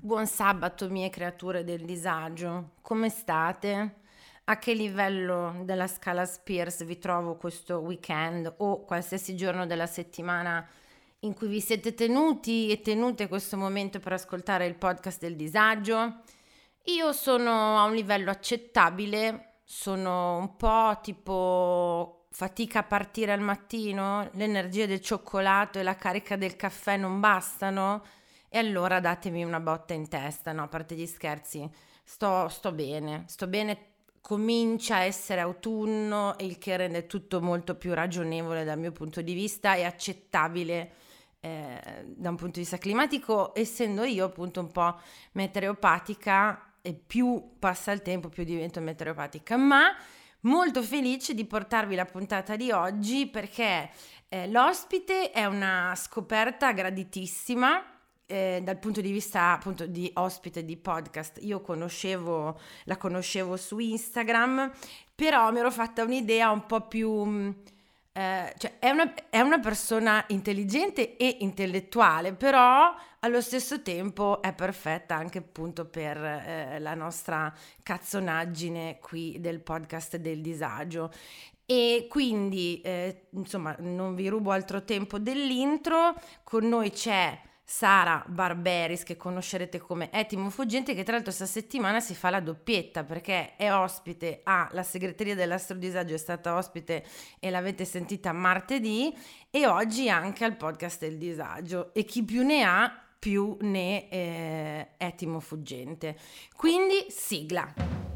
Buon sabato, mie creature del disagio. Come state? A che livello della scala Spears vi trovo questo weekend o qualsiasi giorno della settimana in cui vi siete tenuti e tenute questo momento per ascoltare il podcast del disagio? Io sono a un livello accettabile, sono un po' tipo fatica a partire al mattino, l'energia del cioccolato e la carica del caffè non bastano e allora datemi una botta in testa, no, a parte gli scherzi, sto bene, comincia a essere autunno, il che rende tutto molto più ragionevole dal mio punto di vista e accettabile da un punto di vista climatico, essendo io appunto un po' meteoropatica e più passa il tempo più divento meteoropatica, ma molto felice di portarvi la puntata di oggi perché l'ospite è una scoperta graditissima dal punto di vista appunto di ospite di podcast. Io la conoscevo su Instagram, però mi ero fatta un'idea un po' più cioè è una persona intelligente e intellettuale, però allo stesso tempo è perfetta anche appunto per la nostra cazzonaggine qui del podcast del disagio. E quindi, insomma, non vi rubo altro tempo dell'intro. Con noi c'è Sara Barberis, che conoscerete come Ettimo Fuggente, che tra l'altro questa settimana si fa la doppietta perché è ospite alla segreteria dell'Astrodisagio, è stata ospite e l'avete sentita martedì, e oggi anche al podcast del disagio, e chi più ne ha più ne Ettimo Fuggente. Quindi sigla.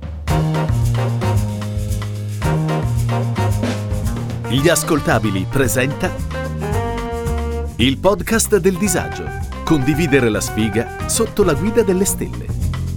Gli Ascoltabili presenta il podcast del disagio. Condividere la sfiga sotto la guida delle stelle.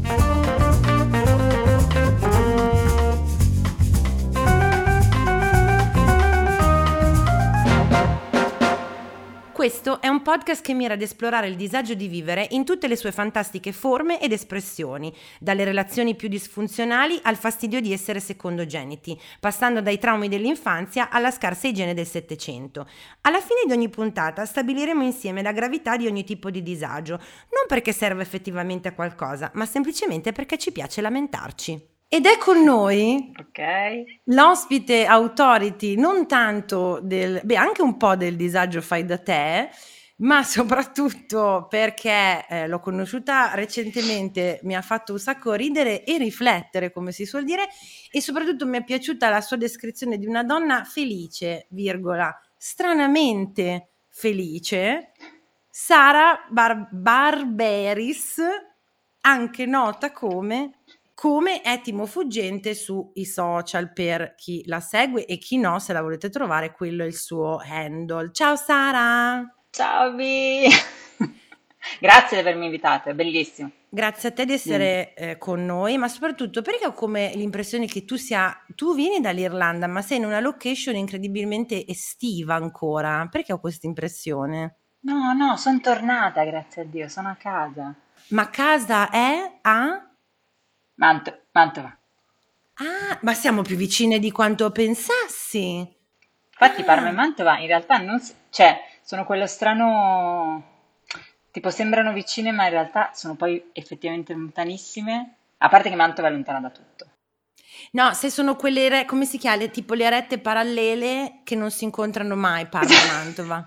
Questo è un podcast che mira ad esplorare il disagio di vivere in tutte le sue fantastiche forme ed espressioni, dalle relazioni più disfunzionali al fastidio di essere secondogeniti, passando dai traumi dell'infanzia alla scarsa igiene del Settecento. Alla fine di ogni puntata stabiliremo insieme la gravità di ogni tipo di disagio, non perché serve effettivamente a qualcosa, ma semplicemente perché ci piace lamentarci. Ed è con noi l'ospite authority, non tanto anche un po' del disagio fai da te, ma soprattutto perché l'ho conosciuta recentemente, mi ha fatto un sacco ridere e riflettere, come si suol dire, e soprattutto mi è piaciuta la sua descrizione di una donna felice, virgola, stranamente felice, Sara Barberis, anche nota come Ettimo Fuggente sui social per chi la segue, e chi no, se la volete trovare, quello è il suo handle. Ciao Sara! Ciao Bi! Grazie di avermi invitato, è bellissimo. Grazie a te di essere con noi, ma soprattutto perché ho come l'impressione che tu vieni dall'Irlanda, ma sei in una location incredibilmente estiva ancora. Perché ho questa impressione? No, sono tornata, grazie a Dio, sono a casa. Ma casa è a? Mantova. Ah, ma siamo più vicine di quanto pensassi. Infatti Parma e Mantova in realtà sono quello strano, tipo sembrano vicine ma in realtà sono poi effettivamente lontanissime, a parte che Mantova è lontana da tutto. No, se sono quelle, come si chiama? Tipo le rette parallele che non si incontrano mai, Parma e Mantova.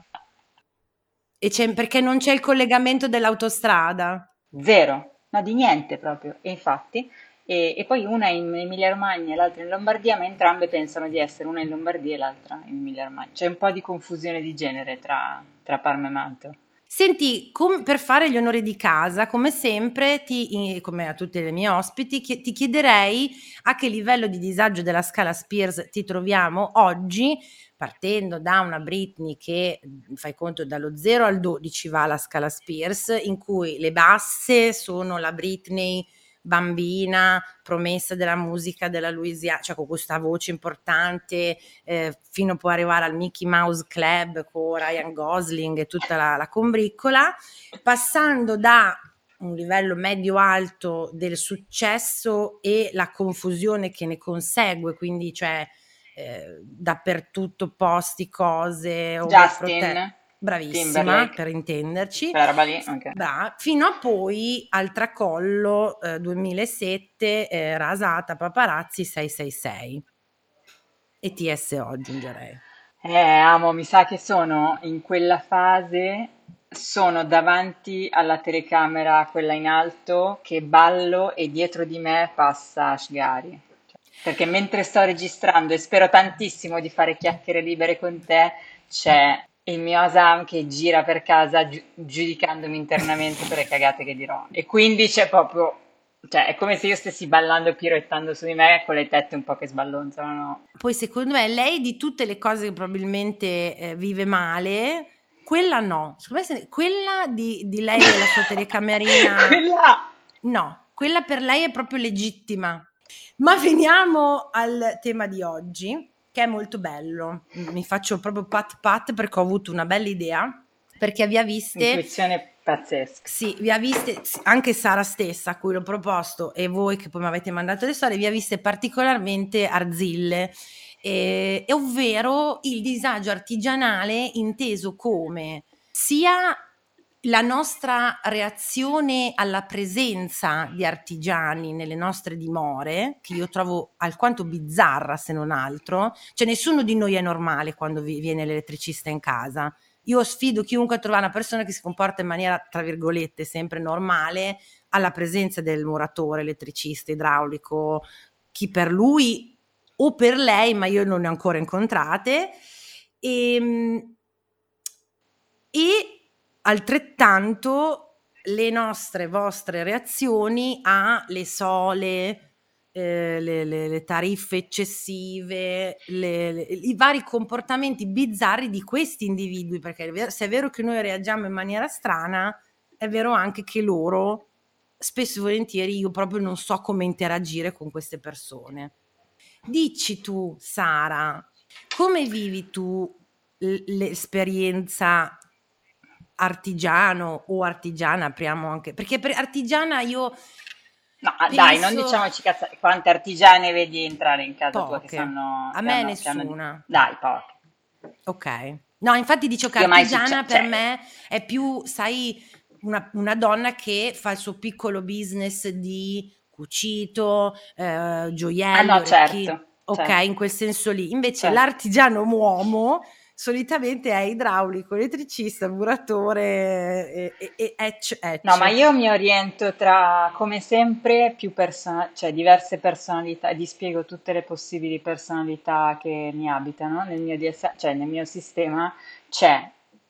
Perché non c'è il collegamento dell'autostrada. Zero, ma di niente proprio. E infatti, e poi una in Emilia-Romagna e l'altra in Lombardia, ma entrambe pensano di essere una in Lombardia e l'altra in Emilia-Romagna. C'è un po' di confusione di genere tra Parma e Mantova. Senti, per fare gli onori di casa, come sempre, come a tutte le mie ospiti, ti chiederei a che livello di disagio della scala Spears ti troviamo oggi, partendo da una Britney che, fai conto, dallo 0 al 12 va la scala Spears, in cui le basse sono la Britney bambina, promessa della musica della Louisiana, cioè con questa voce importante, fino poi arrivare al Mickey Mouse Club con Ryan Gosling e tutta la combriccola, passando da un livello medio-alto del successo e la confusione che ne consegue, quindi cioè dappertutto posti, cose, Justin. bravissima Timberlake, per intenderci, quella roba lì, ok. fino a poi al tracollo 2007, rasata paparazzi 666 e TSO aggiungerei. Amo, mi sa che sono in quella fase, sono davanti alla telecamera, quella in alto, che ballo e dietro di me passa Ashgari. Perché mentre sto registrando e spero tantissimo di fare chiacchiere libere con te, c'è il mio Asam che gira per casa giudicandomi internamente per le cagate che dirò. E quindi c'è proprio, cioè è come se io stessi ballando e piroettando su di me con le tette un po' che sballonzano. Poi secondo me lei di tutte le cose che probabilmente vive male, quella no. Secondo me quella di lei e la sua telecamerina, Quella... no, quella per lei è proprio legittima. Ma veniamo al tema di oggi, che è molto bello. Mi faccio proprio pat pat perché ho avuto una bella idea, perché vi ha viste... Intuizione pazzesca. Sì, vi ha viste anche Sara stessa, a cui l'ho proposto, e voi che poi mi avete mandato le storie, vi ha viste particolarmente arzille, ovvero il disagio artigianale inteso come sia la nostra reazione alla presenza di artigiani nelle nostre dimore, che io trovo alquanto bizzarra se non altro, cioè nessuno di noi è normale quando viene l'elettricista in casa. Io sfido chiunque a trovare una persona che si comporta in maniera, tra virgolette, sempre normale alla presenza del muratore, elettricista, idraulico, chi per lui o per lei, ma io non ne ho ancora incontrate. E altrettanto le vostre reazioni alle sole, le tariffe eccessive, i vari comportamenti bizzarri di questi individui, perché se è vero che noi reagiamo in maniera strana, è vero anche che loro, spesso e volentieri, io proprio non so come interagire con queste persone. Dici tu, Sara, come vivi tu l'esperienza artigiano o artigiana, apriamo anche, perché per artigiana io No, penso... dai, non diciamoci cazzate, quante artigiane vedi entrare in casa tua che Poche. sanno... A me nessuna. Dai, poche. Ok. No, infatti dicevo che Io mai artigiana succe- per cioè- me è più, sai, una donna che fa il suo piccolo business di cucito, Ah gioielli, no, orecchini, certo, ok, certo, in quel senso lì. Invece certo. l'artigiano uomo solitamente è idraulico, elettricista, muratore e No, ma ecc. io mi oriento tra, come sempre, cioè diverse personalità, e dispiego tutte le possibili personalità che mi abitano nel mio cioè nel mio sistema. C'è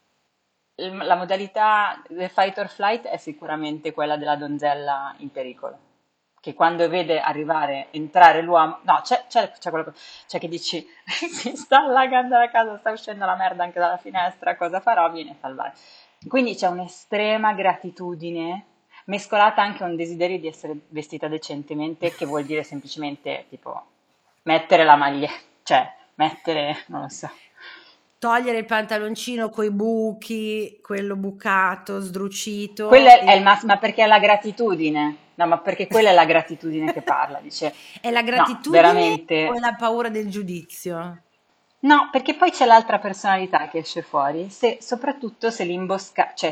la modalità del fight or flight è sicuramente quella della donzella in pericolo, che quando vede entrare l'uomo, no, c'è quello c'è che dici, si sta allagando la casa, sta uscendo la merda anche dalla finestra, cosa farò? Viene a salvare. Quindi c'è un'estrema gratitudine, mescolata anche a un desiderio di essere vestita decentemente, che vuol dire semplicemente, tipo, mettere la maglia, cioè, non lo so. Togliere il pantaloncino coi buchi, quello bucato, sdrucito. Quello è il massimo, ma perché è la gratitudine? No, ma perché quella è la gratitudine che parla, dice. È la No, gratitudine veramente. o è la paura del giudizio? No, perché poi c'è l'altra personalità che esce fuori, soprattutto se cioè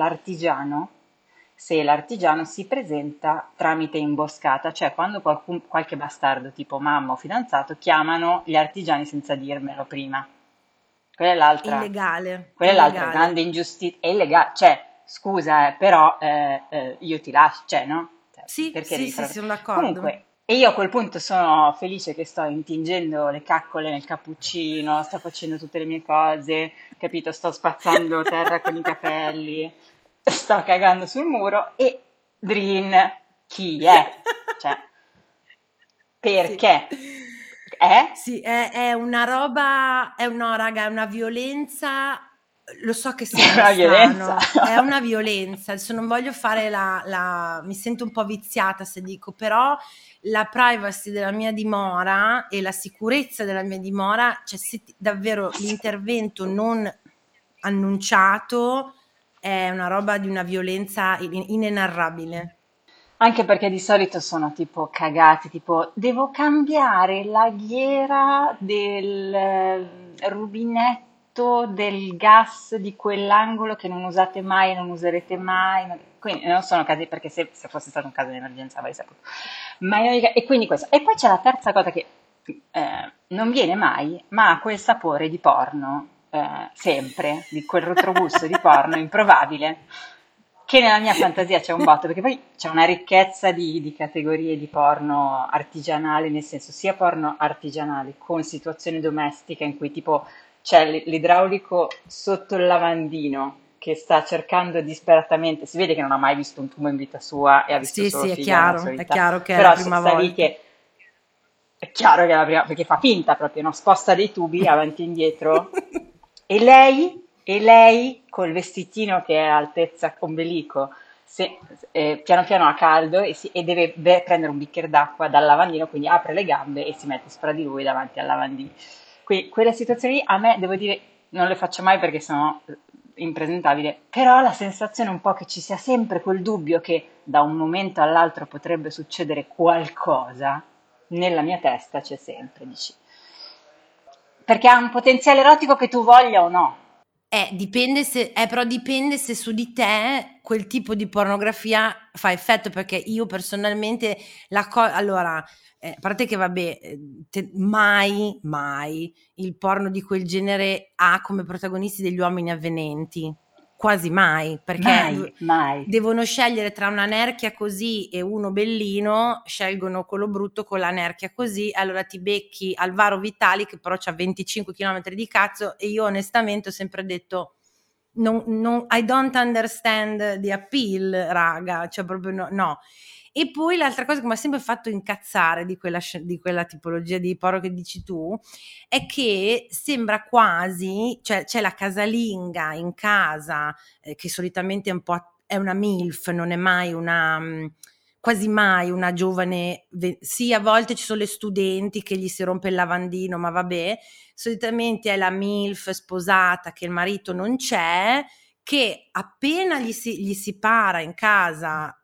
se l'artigiano si presenta tramite imboscata, cioè quando qualche bastardo tipo mamma o fidanzato chiamano gli artigiani senza dirmelo prima. Illegale, Quella è l'altra illegale. grande ingiustizia, è illegale, cioè scusa, però io ti lascio, cioè no? Cioè, Sì, perché sì, devi sono d'accordo. Comunque, e io a quel punto sono felice che sto intingendo le caccole nel cappuccino, sto facendo tutte le mie cose, capito? Sto spazzando terra con i capelli, sto cagando sul muro e Drin, chi è? Cioè, perché? Sì. È? Sì, è una roba, no, raga, è una violenza. Lo so che sembra Una strano, violenza. è una violenza. Adesso non voglio fare mi sento un po' viziata se dico, però la privacy della mia dimora e la sicurezza della mia dimora, cioè davvero l'intervento non annunciato è una roba di una violenza inenarrabile. Anche perché di solito sono tipo cagati, tipo devo cambiare la ghiera del rubinetto tutto del gas di quell'angolo che non usate mai e non userete mai. Quindi non sono casi, perché se fosse stato un caso di emergenza avrei saputo. E quindi questo. E poi c'è la terza cosa che non viene mai, ma ha quel sapore di porno, sempre, di quel retrogusto di porno improbabile, che nella mia fantasia c'è un botto, perché poi c'è una ricchezza di categorie di porno artigianale, nel senso sia porno artigianale con situazioni domestiche in cui tipo c'è l'idraulico sotto il lavandino che sta cercando disperatamente, si vede che non ha mai visto un tubo in vita sua e ha visto Sì, solo sì, figa nella sua è vita, chiaro che è la però prima sta lì volta. che è chiaro che è la prima, perché fa finta proprio, no? Sposta dei tubi avanti e indietro e lei col vestitino che è a altezza ombelico, piano piano ha caldo e deve prendere un bicchiere d'acqua dal lavandino, quindi apre le gambe e si mette sopra di lui davanti al lavandino. Quindi quelle situazioni lì a me, devo dire, non le faccio mai perché sono impresentabile, però la sensazione un po' che ci sia sempre quel dubbio che da un momento all'altro potrebbe succedere qualcosa, nella mia testa c'è sempre, dici. Perché ha un potenziale erotico che tu voglia o no. Però dipende se su di te quel tipo di pornografia fa effetto, perché io personalmente allora, a parte che vabbè, mai il porno di quel genere ha come protagonisti degli uomini avvenenti, quasi mai, perché Mai, mai. devono scegliere tra una nerchia così e uno bellino, scelgono quello brutto con la nerchia così, allora ti becchi Alvaro Vitali che però c'ha 25 km di cazzo, e io onestamente ho sempre detto I don't understand the appeal, raga, cioè proprio no. E poi l'altra cosa che mi ha sempre fatto incazzare di quella tipologia di porno che dici tu è che sembra quasi, cioè c'è la casalinga in casa, che solitamente è una MILF, non è mai quasi mai una giovane, sì, a volte ci sono le studenti che gli si rompe il lavandino, ma vabbè, solitamente è la MILF sposata che il marito non c'è, che appena gli si para in casa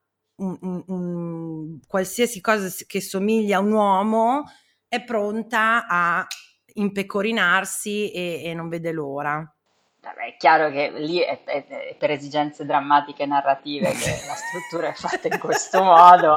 qualsiasi cosa che somiglia a un uomo, è pronta a impecorinarsi e non vede l'ora. Vabbè, è chiaro che lì è per esigenze drammatiche e narrative che la struttura è fatta in questo modo.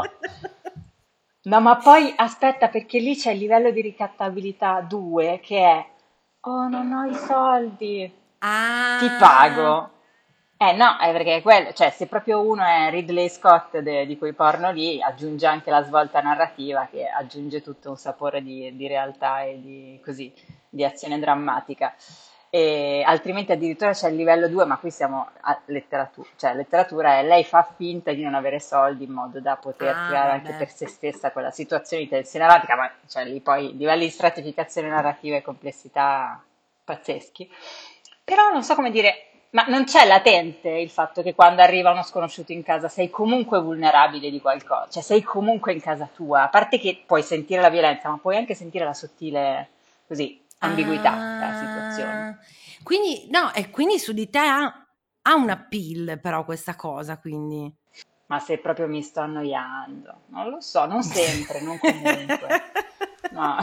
No, ma poi aspetta, perché lì c'è il livello di ricattabilità 2 che è, oh, non ho i soldi, ti Ah, pago. No, è perché è quello, cioè se proprio uno è Ridley Scott di quei porno lì, aggiunge anche la svolta narrativa che aggiunge tutto un sapore di realtà e di, così, di azione drammatica. E altrimenti addirittura c'è il livello 2, ma qui siamo a letteratura, cioè letteratura è lei fa finta di non avere soldi in modo da poter creare anche vabbè. per se stessa quella situazione di tensione erotica, ma cioè, lì poi livelli di stratificazione narrativa e complessità pazzeschi. Però non so come dire, ma non c'è latente il fatto che quando arriva uno sconosciuto in casa sei comunque vulnerabile di qualcosa, cioè sei comunque in casa tua, a parte che puoi sentire la violenza, ma puoi anche sentire la sottile, così, ambiguità della situazione. Ah, quindi no, e quindi su di te ha un appeal però questa cosa, quindi. Ma se proprio mi sto annoiando, non lo so, non sempre, non comunque. No,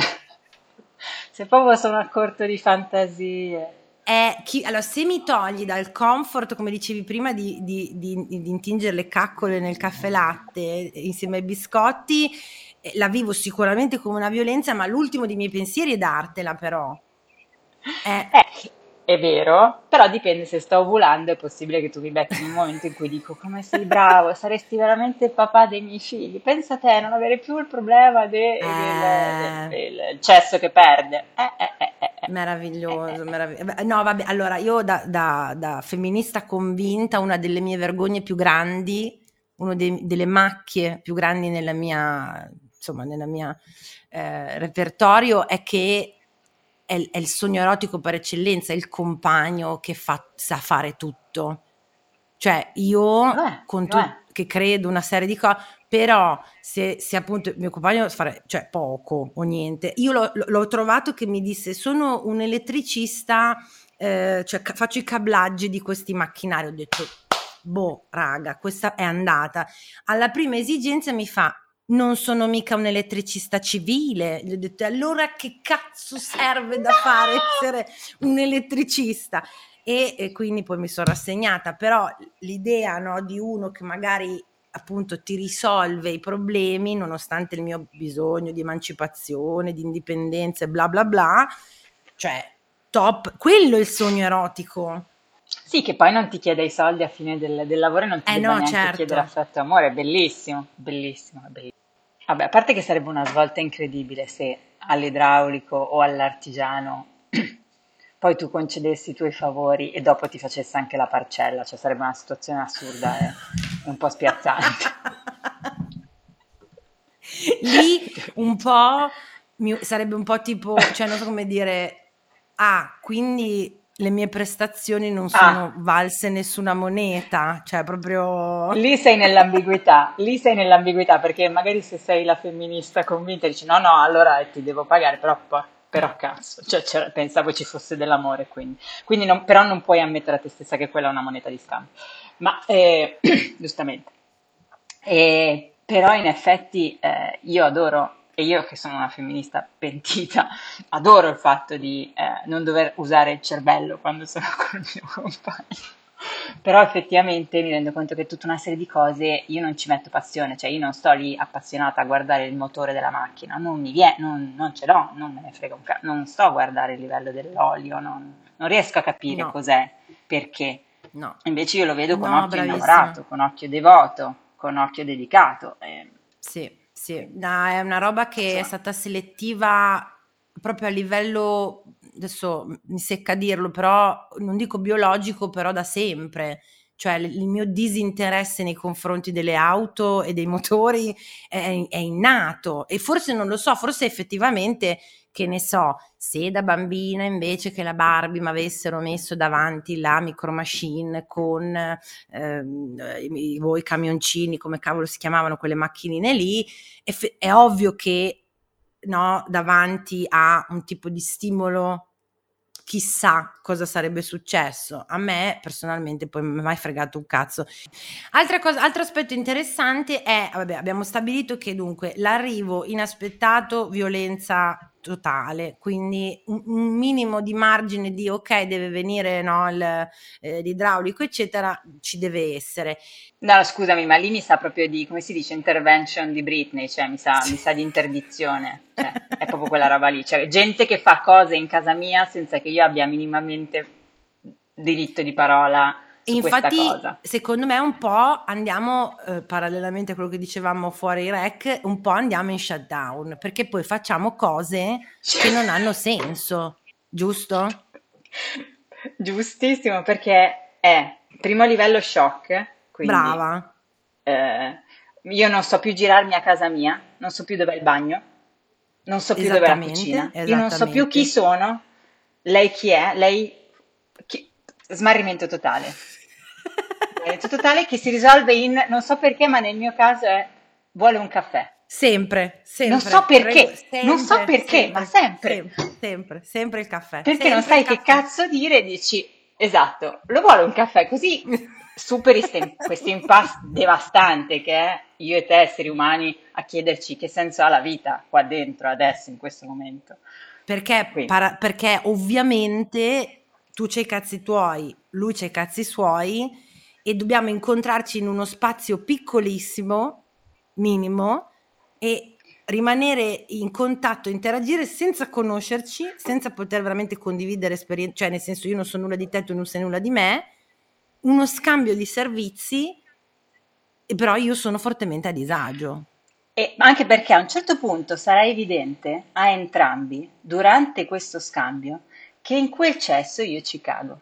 se proprio sono a corto di fantasie. Allora, se mi togli dal comfort, come dicevi prima, di intingere le caccole nel caffè latte insieme ai biscotti, la vivo sicuramente come una violenza, ma l'ultimo dei miei pensieri è dartela, però. Eh, È vero, però dipende se sto ovulando, è possibile che tu mi becchi in un momento in cui dico come sei bravo, saresti veramente il papà dei miei figli. Pensa a te, non avere più il problema del cesso che perde. Meraviglioso, no, vabbè, allora io da femminista convinta, una delle mie vergogne più grandi, delle macchie più grandi insomma, nella mia repertorio è che è il sogno erotico per eccellenza, il compagno che sa fare tutto. Cioè Lo io è, lo è. che credo una serie di cose, però se appunto il mio compagno fare, cioè poco o niente, io l'ho trovato che mi disse sono un elettricista, cioè faccio i cablaggi di questi macchinari, ho detto boh raga, questa è andata. Alla prima esigenza mi fa non sono mica un elettricista civile. Gli ho detto, allora che cazzo serve da fare essere un elettricista? E quindi poi mi sono rassegnata, però l'idea, no, di uno che magari appunto ti risolve i problemi nonostante il mio bisogno di emancipazione, di indipendenza e bla bla bla, cioè top, quello è il sogno erotico. Sì, che poi non ti chiede i soldi a fine del lavoro e non ti debba No, neanche chiedere certo. affetto e amore, è bellissimo, bellissimo, bellissimo. Vabbè, a parte che sarebbe una svolta incredibile se all'idraulico o all'artigiano poi tu concedessi i tuoi favori e dopo ti facesse anche la parcella, cioè sarebbe una situazione assurda e un po' spiazzante. Lì un po' sarebbe un po' tipo, cioè non so come dire, quindi le mie prestazioni non sono Ah, valse nessuna moneta, cioè proprio... lì sei nell'ambiguità perché magari se sei la femminista convinta dici no, no, allora ti devo pagare, però cazzo, cioè, pensavo ci fosse dell'amore, quindi però non puoi ammettere a te stessa che quella è una moneta di scambio. Ma giustamente. Però in effetti io adoro, e io che sono una femminista pentita, adoro il fatto di non dover usare il cervello quando sono con il mio compagno. Però effettivamente mi rendo conto che tutta una serie di cose io non ci metto passione, cioè io non sto lì appassionata a guardare il motore della macchina, non mi viene, non ce l'ho, non me ne frega un cazzo, non sto a guardare il livello dell'olio, non riesco a capire No, cos'è, perché. no, Invece io lo vedo con no, occhio bravissima. innamorato, con occhio devoto, con occhio dedicato. Sì, sì, no, è una roba che è Insomma, stata selettiva proprio a livello, adesso mi secca dirlo, però non dico biologico, però da sempre. Cioè il mio disinteresse nei confronti delle auto e dei motori è innato e forse non lo so, forse effettivamente, che ne so, se da bambina invece che la Barbie mi avessero messo davanti la Micro Machine con i camioncini, come cavolo si chiamavano quelle macchinine lì, è ovvio che, no, davanti a un tipo di stimolo chissà cosa sarebbe successo. A me personalmente poi non mi è mai fregato un cazzo. Altro aspetto interessante è, vabbè, abbiamo stabilito che dunque l'arrivo inaspettato, violenza totale, quindi un minimo di margine di ok, deve venire, no, l'idraulico eccetera, ci deve essere. no, scusami, ma lì mi sa proprio di, come si dice, intervention di Britney, cioè mi sa di interdizione, cioè è proprio quella roba lì, cioè gente che fa cose in casa mia senza che io abbia minimamente diritto di parola su questa Infatti, cosa. secondo me un po' andiamo, parallelamente a quello che dicevamo fuori rec, un po' andiamo in shutdown, perché poi facciamo cose che non hanno senso, giusto? Giustissimo, perché è primo livello shock, quindi Brava, io non so più girarmi a casa mia, non so più dov'è il bagno, non so più dov'è la esattamente, cucina, io non so più chi esattamente. sono, lei chi è, smarrimento totale. Smarrimento totale che si risolve in, non so perché, ma nel mio caso è vuole un caffè. Sempre, Non so sempre, prego, perché, non so sempre, perché, ma sempre, sempre. sempre, sempre, sempre il caffè, Perché non sempre il sai che caffè. cazzo dire e dici, esatto, lo vuole un caffè così superi questo impasse devastante che è io e te esseri umani a chiederci che senso ha la vita qua dentro, adesso, in questo momento. Perché, Quindi, perché ovviamente tu c'hai i cazzi tuoi, lui c'ha i cazzi suoi e dobbiamo incontrarci in uno spazio piccolissimo, minimo, e rimanere in contatto, interagire senza conoscerci, senza poter veramente condividere esperienze, cioè nel senso io non so nulla di te, tu non sai nulla di me, uno scambio di servizi, però io sono fortemente a disagio. e anche perché a un certo punto sarà evidente a entrambi, durante questo scambio, che in quel cesso io ci cago.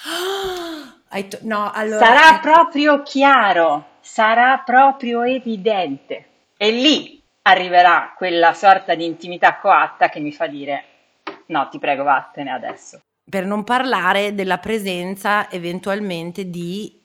No, allora, Sarà ecco. proprio chiaro, sarà proprio evidente. E lì arriverà quella sorta di intimità coatta che mi fa dire no, ti prego, vattene adesso. Per non parlare della presenza eventualmente di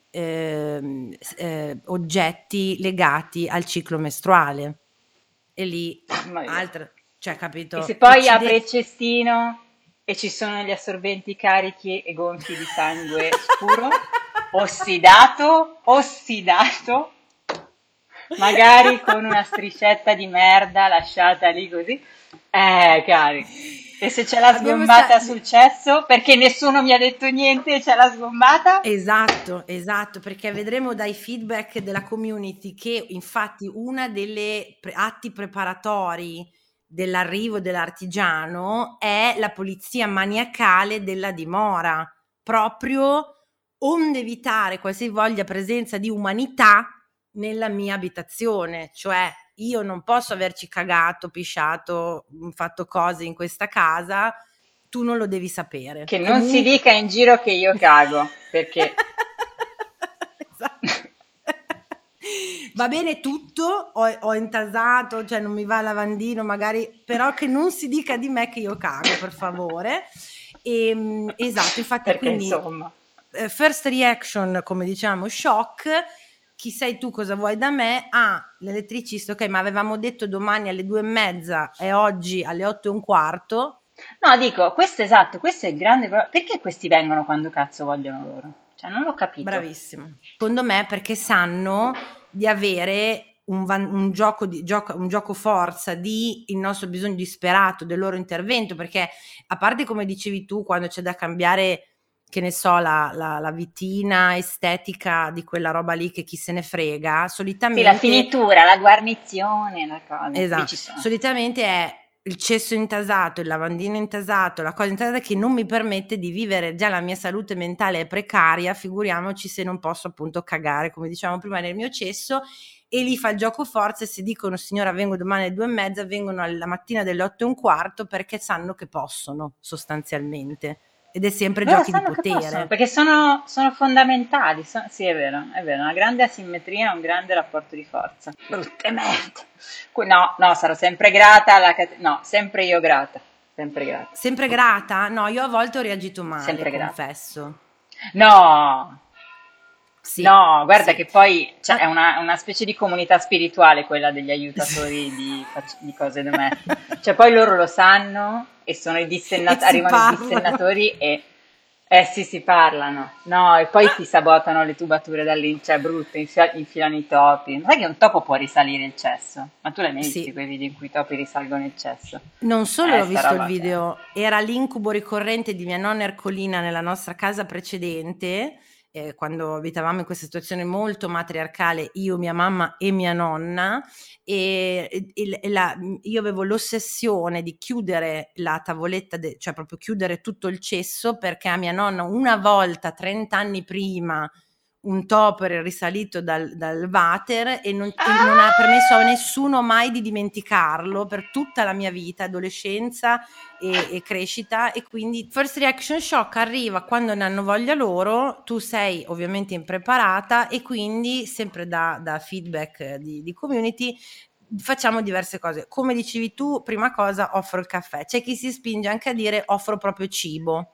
oggetti legati al ciclo mestruale. E lì, Mamma mia. altra, cioè, E se capito, poi apre il cestino e ci sono gli assorbenti carichi e gonfi di sangue scuro, ossidato, magari con una striscetta di merda lasciata lì così. Cari. E se c'è la Abbiamo sgombata sta- sul cesso, perché nessuno mi ha detto niente e c'è la sgombata? Esatto, esatto, perché vedremo dai feedback della community che infatti una delle atti preparatori dell'arrivo dell'artigiano è la pulizia maniacale della dimora, proprio onde evitare qualsivoglia presenza di umanità nella mia abitazione, cioè io non posso averci cagato, pisciato, fatto cose in questa casa, tu non lo devi sapere. Che non si Comunque dica in giro che io cago, perché Esatto. Va bene tutto, ho intasato, cioè non mi va il lavandino magari, però che non si dica di me che io cago, per favore. Esatto, infatti perché quindi insomma. first reaction, come diciamo, shock. Chi sei tu, cosa vuoi da me? Ah, l'elettricista, ok, ma avevamo detto domani alle 2:30 e oggi alle 8:15. No, dico, questo esatto, questo è il grande problema. Perché questi vengono quando cazzo vogliono loro? Cioè, non l'ho capito. Bravissimo. Secondo me perché sanno di avere un gioco forza di il nostro bisogno disperato del loro intervento, perché a parte come dicevi tu, quando c'è da cambiare, che ne so, la vitina estetica di quella roba lì che chi se ne frega, Sì, la solitamente. finitura, la guarnizione, la cosa. Lì Esatto, ci sono. solitamente è il cesso intasato, il lavandino intasato, la cosa intasata che non mi permette di vivere, già la mia salute mentale è precaria, figuriamoci se non posso appunto cagare, come dicevamo prima, nel mio cesso, e lì fa il gioco forza e se dicono signora vengo domani alle 2:30, vengono alla mattina delle 8:15 perché sanno che possono sostanzialmente, ed è sempre Loro giochi di sanno che possono, potere. perché sono fondamentali. Sì, è vero, una grande asimmetria, un grande rapporto di forza. Brutte merde. No, no, sarò sempre grata no, sempre io grata. Sempre grata. Sempre grata? No, io a volte ho reagito male, Sempre grata. confesso. No, Sì, no, guarda sì. che poi cioè, è Ah, una specie di comunità spirituale quella degli aiutatori di cose domestiche. Cioè, poi loro lo sanno e sono e si arrivano i parlano. dissennatori e sì, si parlano. No, e poi ti sabotano le tubature cioè brutte, infilano i topi. Sai che un topo può risalire il cesso? Ma tu l'hai mai visto Sì, quei video in cui i topi risalgono il cesso? non solo l'ho Sta visto il roba che... video, era l'incubo ricorrente di mia nonna Ercolina nella nostra casa precedente, quando abitavamo in questa situazione molto matriarcale, io, mia mamma e mia nonna, io avevo l'ossessione di chiudere la tavoletta, cioè proprio chiudere tutto il cesso, perché a mia nonna una volta, 30 anni prima, un topo era risalito dal water e non ha permesso a Ah! nessuno mai di dimenticarlo per tutta la mia vita, adolescenza e crescita, e quindi first reaction shock arriva quando ne hanno voglia loro, tu sei ovviamente impreparata e quindi sempre da feedback di community facciamo diverse cose. Come dicevi tu, prima cosa offro il caffè, c'è chi si spinge anche a dire offro proprio cibo.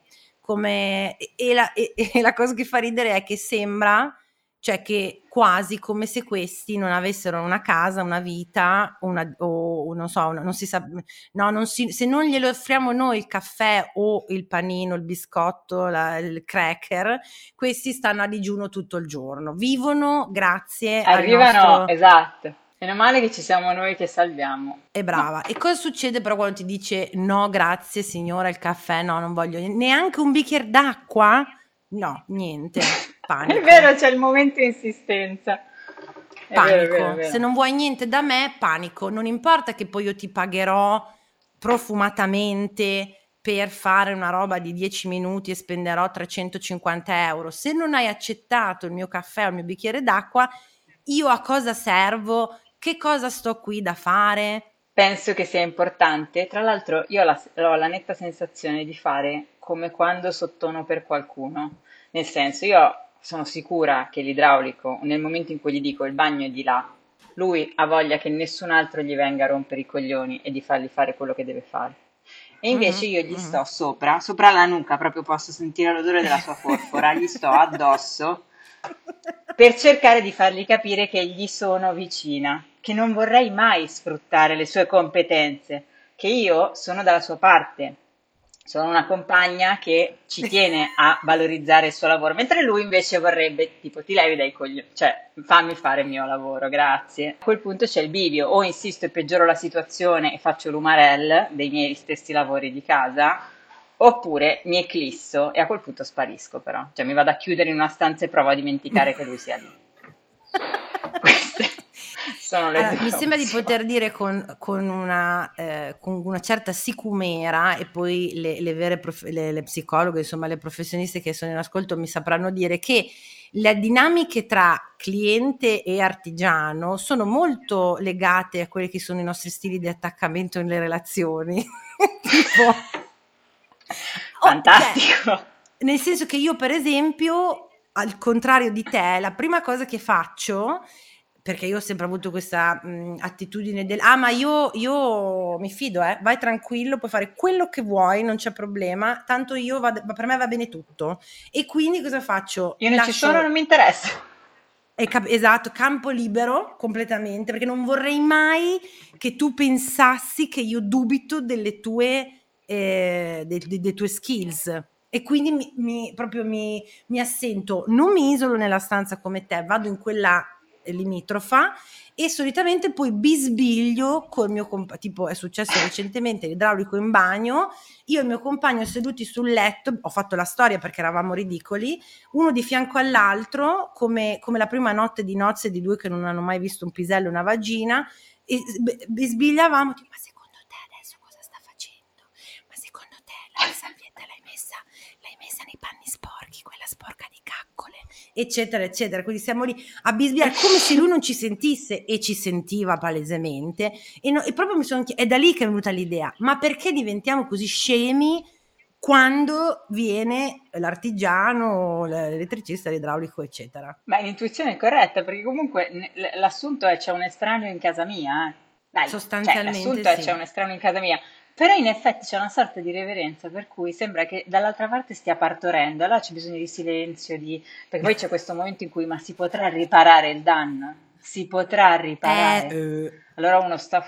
E la cosa che fa ridere è che sembra, cioè che quasi come se questi non avessero una casa, una vita, o non so, non si sa, no, se non glielo offriamo noi il caffè o il panino, il biscotto, il cracker, questi stanno a digiuno tutto il giorno, vivono grazie al Arrivano, nostro. esatto. Meno male che ci siamo noi che salviamo. È No. brava. E cosa succede però quando ti dice no, grazie signora, il caffè, no, non voglio neanche un bicchiere d'acqua? No, niente, È vero, panico. c'è il momento insistenza. È vero, è vero, è Panico. Se vero. non vuoi niente da me, panico. Non importa che poi io ti pagherò profumatamente per fare una roba di 10 minuti e spenderò 350 euro. Se non hai accettato il mio caffè o il mio bicchiere d'acqua, io a cosa servo? Che cosa sto qui da fare? Penso che sia importante. Tra l'altro, io ho la netta sensazione di fare come quando sottono per qualcuno. Nel senso, io sono sicura che l'idraulico, nel momento in cui gli dico il bagno è di là, lui ha voglia che nessun altro gli venga a rompere i coglioni e di fargli fare quello che deve fare. E invece Mhm, io gli mhm. sto sopra la nuca, proprio posso sentire l'odore della sua forfora, gli sto addosso per cercare di fargli capire che gli sono vicina, che non vorrei mai sfruttare le sue competenze, che io sono dalla sua parte. sono una compagna che ci tiene a valorizzare il suo lavoro, mentre lui invece vorrebbe, tipo, ti levi dai coglioni, cioè fammi fare il mio lavoro, grazie. A quel punto c'è il bivio, o insisto e peggioro la situazione e faccio l'umarell dei miei stessi lavori di casa, oppure mi eclisso e a quel punto sparisco però, cioè mi vado a chiudere in una stanza e provo a dimenticare che lui sia lì. Queste sono le Allora, due mi sembra di opzioni. poter dire con una certa sicumera, e poi le vere le psicologhe, insomma le professioniste che sono in ascolto mi sapranno dire che le dinamiche tra cliente e artigiano sono molto legate a quelli che sono i nostri stili di attaccamento nelle relazioni. Tipo, cioè, Fantastico. nel senso che io, per esempio, al contrario di te, la prima cosa che faccio, perché io ho sempre avuto questa attitudine del ma io mi fido, vai tranquillo, puoi fare quello che vuoi, non c'è problema, tanto per me va bene tutto. E quindi cosa faccio? Io non ci sono, non mi interessa. Esatto, campo libero completamente, perché non vorrei mai che tu pensassi che io dubito delle tue, dei tue skills. E quindi proprio mi assento, non mi isolo nella stanza come te, vado in quella limitrofa e solitamente poi bisbiglio col mio tipo è successo recentemente, l'idraulico in bagno, io e il mio compagno seduti sul letto, ho fatto la storia perché eravamo ridicoli, uno di fianco all'altro, come la prima notte di nozze di due che non hanno mai visto un pisello e una vagina, e bisbigliavamo, tipo, ma secondo te adesso cosa sta facendo? Ma secondo te la salvietta l'hai messa nei panni sporchi, quella sporca di caccole, eccetera, eccetera. Quindi siamo lì a bisbigliare come se lui non ci sentisse, e ci sentiva palesemente. E proprio è da lì che è venuta l'idea, ma perché diventiamo così scemi quando viene l'artigiano, l'elettricista, l'idraulico, eccetera. Ma l'intuizione è corretta, perché comunque l'assunto è c'è un estraneo in casa mia, Dai, cioè Sostanzialmente l'assunto è sì. c'è un estraneo in casa mia. Però in effetti c'è una sorta di reverenza per cui sembra che dall'altra parte stia partorendo, allora c'è bisogno di silenzio, perché poi c'è questo momento in cui ma si potrà riparare il danno? Si potrà riparare? Allora uno sta...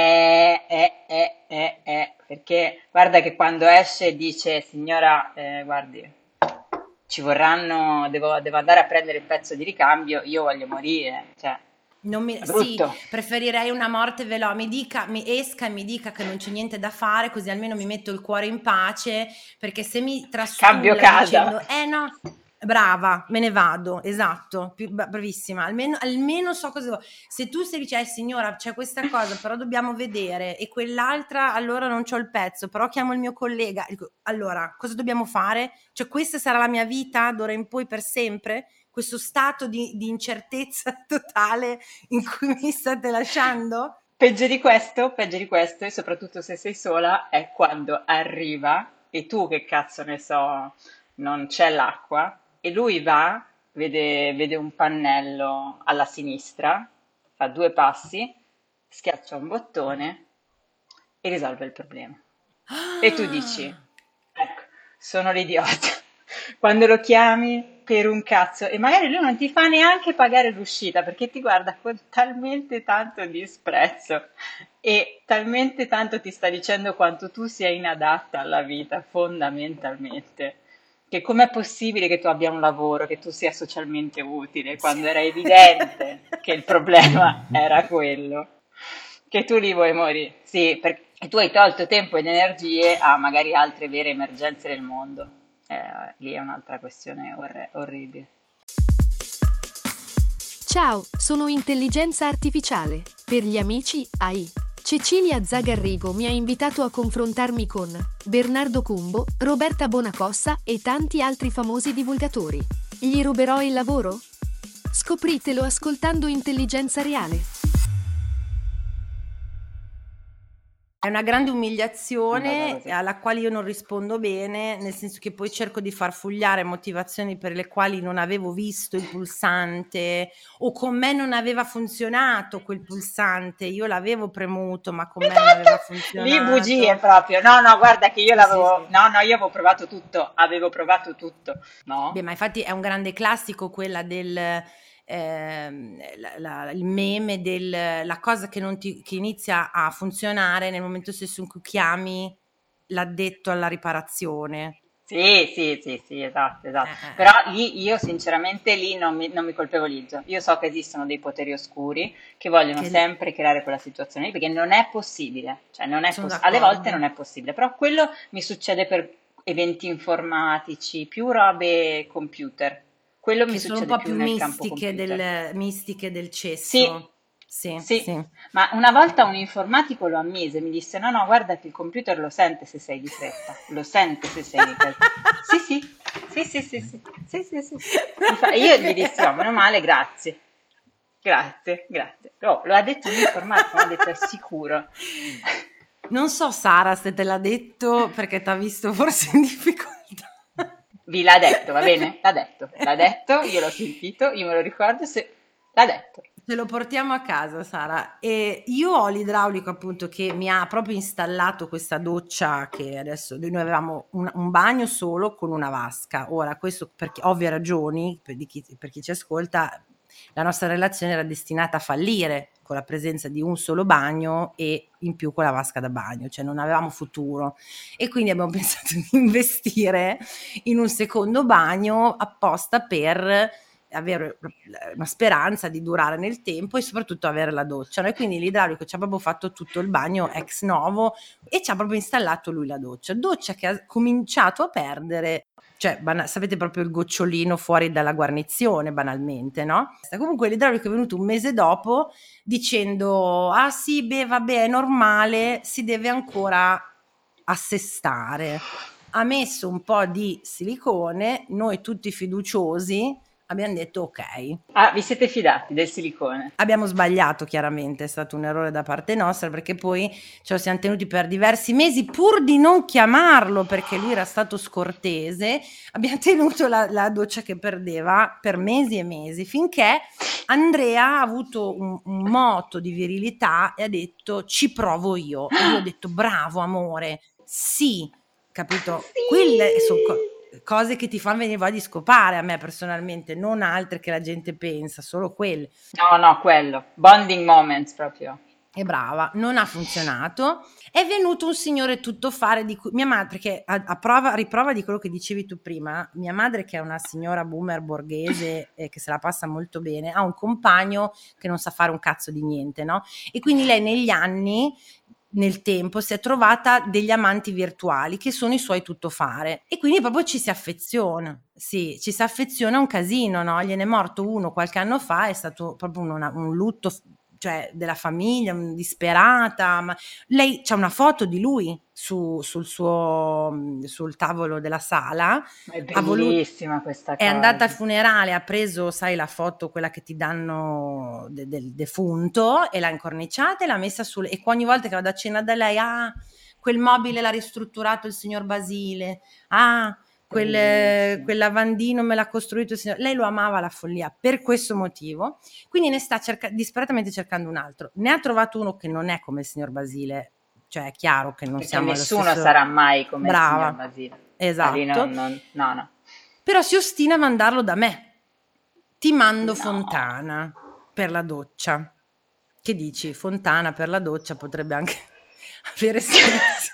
perché guarda che quando esce dice signora, guardi, ci vorranno, devo andare a prendere il pezzo di ricambio, io voglio morire, cioè, è Sì, brutto. preferirei una morte veloce, mi esca e mi dica che non c'è niente da fare, così almeno mi metto il cuore in pace, perché se mi Cambio trastulla casa. dicendo, no, brava, me ne vado, esatto, bravissima, almeno so cosa devo. Se tu stai dicendo, signora, c'è questa cosa, però dobbiamo vedere, e quell'altra, allora non c'ho il pezzo, però chiamo il mio collega, dico, allora, cosa dobbiamo fare? Cioè, questa sarà la mia vita d'ora in poi per sempre? Questo stato di incertezza totale in cui mi state lasciando? Peggio di questo, e soprattutto se sei sola, è quando arriva e tu, che cazzo ne so, non c'è l'acqua, e lui va, vede un pannello alla sinistra, fa due passi, schiaccia un bottone e risolve il problema. E tu dici, ecco, sono l'idiota. Quando lo chiami per un cazzo e magari lui non ti fa neanche pagare l'uscita perché ti guarda con talmente tanto disprezzo e talmente tanto ti sta dicendo quanto tu sia inadatta alla vita, fondamentalmente. Che com'è possibile che tu abbia un lavoro, che tu sia socialmente utile, quando era evidente che il problema era quello, che tu lì vuoi morire. Sì, perché tu hai tolto tempo ed energie a magari altre vere emergenze del mondo. Lì è un'altra questione orribile. Ciao, sono Intelligenza Artificiale. Per gli amici, AI. Cecilia Zagarrigo mi ha invitato a confrontarmi con Bernardo Cumbo, Roberta Bonacossa e tanti altri famosi divulgatori. Gli ruberò il lavoro? Scopritelo ascoltando Intelligenza Reale. È una grande Non vada umiliazione così. alla quale io non rispondo bene, nel senso che poi cerco di far fugliare motivazioni per le quali non avevo visto il pulsante, o con me non aveva funzionato quel pulsante, io l'avevo premuto ma con me non aveva Esatto, lì bugie funzionato. proprio. No, no, guarda che io Sì, sì, l'avevo. sì. No, no, io avevo provato tutto. Beh, No? ma infatti è un grande classico quella il meme la cosa che non ti che inizia a funzionare nel momento stesso in cui chiami l'addetto alla riparazione. Sì, esatto. Però io sinceramente lì non mi colpevolizzo. Io so che esistono dei poteri oscuri che vogliono Che sempre creare quella situazione lì, perché non è possibile, cioè non è sono alle volte d'accordo. non è possibile, però quello mi succede per eventi informatici, più robe computer. Quello mi Che sono un succede po' più più nel campo computer. mistiche del Sì, cesso. Sì, sì, sì. ma una volta un informatico lo ammise, mi disse: No, no, guarda che il computer lo sente se sei di fretta, lo sente se sei di fretta. Sì, sì. E È io gli dissi: Oh, vero. meno male, grazie. Grazie. Oh, lo ha detto un informatico, mi ha detto: È sicuro. Non so Sara se te l'ha detto perché ti ha visto forse in difficoltà. Vi l'ha detto, va bene? L'ha detto, io l'ho sentito, io me lo ricordo, l'ha detto. Ce lo portiamo a casa, Sara. E io ho l'idraulico appunto che mi ha proprio installato questa doccia che adesso noi avevamo un bagno solo con una vasca. Ora, questo per ovvie ragioni, per chi ci ascolta, la nostra relazione era destinata a fallire con la presenza di un solo bagno e in più con la vasca da bagno, cioè non avevamo futuro. E quindi abbiamo pensato di investire in un secondo bagno apposta per avere una speranza di durare nel tempo e soprattutto avere la doccia, no? E quindi l'idraulico ci ha proprio fatto tutto il bagno ex novo e ci ha proprio installato lui la doccia che ha cominciato a perdere, cioè sapete proprio il gocciolino fuori dalla guarnizione banalmente, no? Comunque l'idraulico è venuto un mese dopo dicendo ah sì beh vabbè è normale, si deve ancora assestare. Ha messo un po' di silicone, noi tutti fiduciosi abbiamo detto ok. Ah, vi siete fidati del silicone? Abbiamo sbagliato chiaramente, è stato un errore da parte nostra perché poi ce lo siamo tenuti per diversi mesi pur di non chiamarlo perché lui era stato scortese, abbiamo tenuto la doccia che perdeva per mesi e mesi finché Andrea ha avuto un moto di virilità e ha detto ci provo io e io ho detto bravo amore, sì, capito? Quelle sono cose che ti fanno venire voglia di scopare a me personalmente, non altre che la gente pensa, solo quelle. No, quello. Bonding moments proprio. E brava, non ha funzionato. È venuto un signore tuttofare di cui mia madre, perché a riprova di quello che dicevi tu prima, mia madre che è una signora boomer borghese che se la passa molto bene, ha un compagno che non sa fare un cazzo di niente, no? E quindi lei negli anni nel tempo si è trovata degli amanti virtuali che sono i suoi tuttofare e quindi proprio ci si affeziona, sì, ci si affeziona un casino, no? Gliene è morto uno qualche anno fa, è stato proprio un lutto, cioè della famiglia, disperata, ma lei c'ha una foto di lui sul tavolo della sala, Ma è ha voluto bellissima questa è andata al cosa. funerale, ha preso, sai, la foto, quella che ti danno del defunto, e l'ha incorniciata e l'ha messa e ogni volta che vado a cena da lei, ah, quel mobile l'ha ristrutturato il signor Basile, ah, quel Bellissimo. lavandino me l'ha costruito il signor... Lei lo amava alla follia per questo motivo, quindi ne sta disperatamente cercando un altro. Ne ha trovato uno che non è come il signor Basile, cioè è chiaro che non Perché siamo allo nessuno stesso... sarà mai come il signor Brava, Basile. Lì esatto. no. Però si ostina a mandarlo da me. Ti mando No. Fontana per la doccia. Che dici? Fontana per la doccia potrebbe anche avere senso.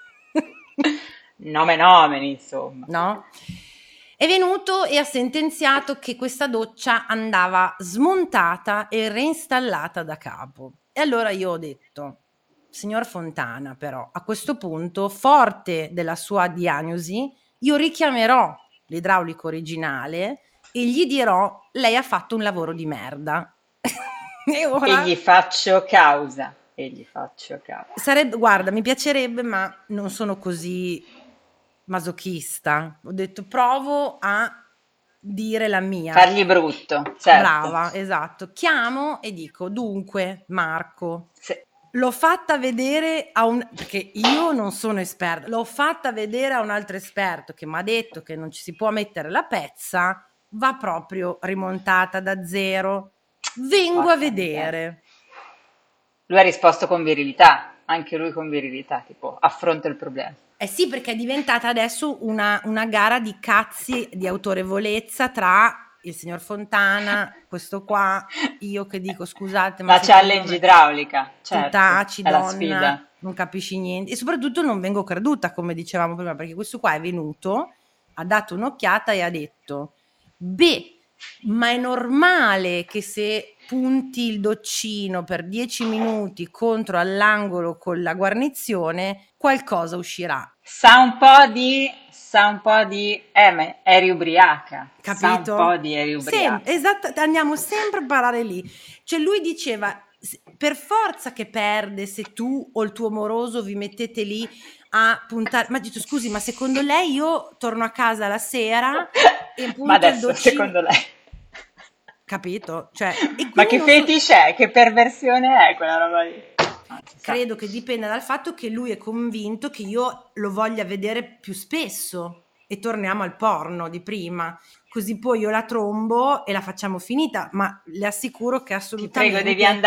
Nomeni, insomma. No? È venuto e ha sentenziato che questa doccia andava smontata e reinstallata da capo. E allora io ho detto, signor Fontana, però, a questo punto, forte della sua diagnosi, io richiamerò l'idraulico originale e gli dirò, lei ha fatto un lavoro di merda. E E ora gli faccio causa. guarda, mi piacerebbe, ma non sono così masochista. Ho detto provo a dire la mia. Fargli brutto, certo. Brava, esatto. Chiamo e dico, dunque, Marco, Se- l'ho fatta vedere perché io non sono esperta, l'ho fatta vedere a un altro esperto che mi ha detto che non ci si può mettere la pezza, va proprio rimontata da zero. Vengo a Porca miseria. vedere. Lui ha risposto con virilità, anche lui con virilità, tipo affronta il problema. Eh sì, perché è diventata adesso una gara di cazzi di autorevolezza tra il signor Fontana, questo qua, io che dico scusate, ma La challenge idraulica, tu certo, taci, è la donna, sfida. non capisci niente, e soprattutto non vengo creduta, come dicevamo prima, perché questo qua è venuto, ha dato un'occhiata e ha detto, beh, ma è normale che se punti il doccino per 10 minuti contro all'angolo con la guarnizione, qualcosa uscirà. Sa un po' di, ma eri ubriaca, sa un po' Capito? di eri ubriaca. Esatto, andiamo sempre a parare lì. Cioè lui diceva, per forza che perde se tu o il tuo moroso vi mettete lì a puntare. Ma ho detto, scusi, ma secondo lei io torno a casa la sera e Ma punto il adesso, doccino? secondo lei? Capito? Cioè, e Ma quindi che non so, fetish è? Che perversione è quella roba lì? Non si sa. credo che dipenda dal fatto che lui è convinto che io lo voglia vedere più spesso e torniamo al porno di prima, così poi io la trombo e la facciamo finita, ma le assicuro che Ti prego, assolutamente